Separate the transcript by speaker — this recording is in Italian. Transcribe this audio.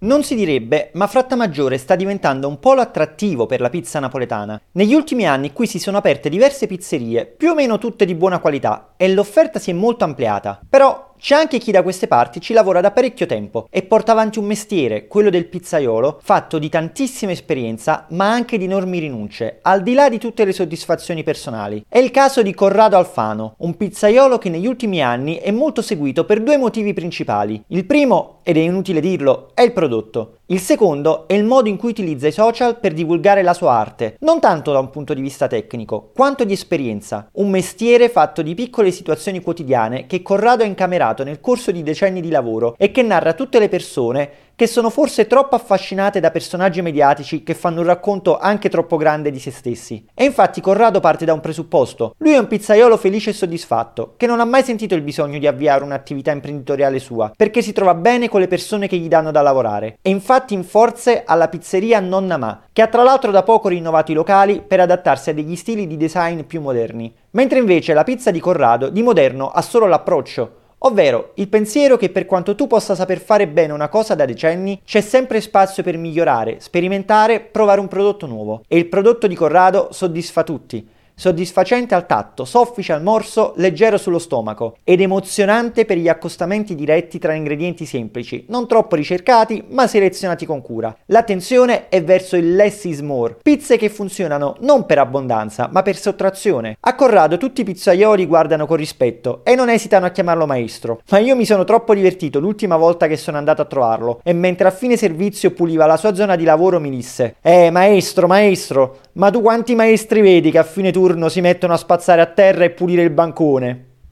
Speaker 1: Non si direbbe, ma Frattamaggiore sta diventando un polo attrattivo per la pizza napoletana. Negli ultimi anni qui si sono aperte diverse pizzerie, più o meno tutte di buona qualità, e l'offerta si è molto ampliata. Però c'è anche chi da queste parti ci lavora da parecchio tempo e porta avanti un mestiere, quello del pizzaiolo, fatto di tantissima esperienza, ma anche di enormi rinunce, al di là di tutte le soddisfazioni personali. È il caso di Corrado Alfano, un pizzaiolo che negli ultimi anni è molto seguito per due motivi principali. Il primo, ed è inutile dirlo, è il prodotto. Il secondo è il modo in cui utilizza i social per divulgare la sua arte, non tanto da un punto di vista tecnico, quanto di esperienza. Un mestiere fatto di piccole situazioni quotidiane che Corrado ha incamerato nel corso di decenni di lavoro e che narra tutte le persone che sono forse troppo affascinate da personaggi mediatici che fanno un racconto anche troppo grande di se stessi. E infatti Corrado parte da un presupposto. Lui è un pizzaiolo felice e soddisfatto, che non ha mai sentito il bisogno di avviare un'attività imprenditoriale sua, perché si trova bene con le persone che gli danno da lavorare. E infatti in forze alla pizzeria Nonna Ma, che ha tra l'altro da poco rinnovato i locali per adattarsi a degli stili di design più moderni. Mentre invece la pizza di Corrado di moderno ha solo l'approccio, ovvero il pensiero che per quanto tu possa saper fare bene una cosa da decenni, c'è sempre spazio per migliorare, sperimentare, provare un prodotto nuovo. E il prodotto di Corrado soddisfa tutti. Soddisfacente al tatto, soffice al morso, leggero sullo stomaco ed emozionante per gli accostamenti diretti tra ingredienti semplici, non troppo ricercati ma selezionati con cura. L'attenzione è verso il less is more, pizze che funzionano non per abbondanza ma per sottrazione. A Corrado tutti i pizzaioli guardano con rispetto e non esitano a chiamarlo maestro, ma io mi sono troppo divertito l'ultima volta che sono andato a trovarlo e mentre a fine servizio puliva la sua zona di lavoro mi disse: maestro, ma tu quanti maestri vedi che a fine turno si mettono a spazzare a terra e pulire il bancone?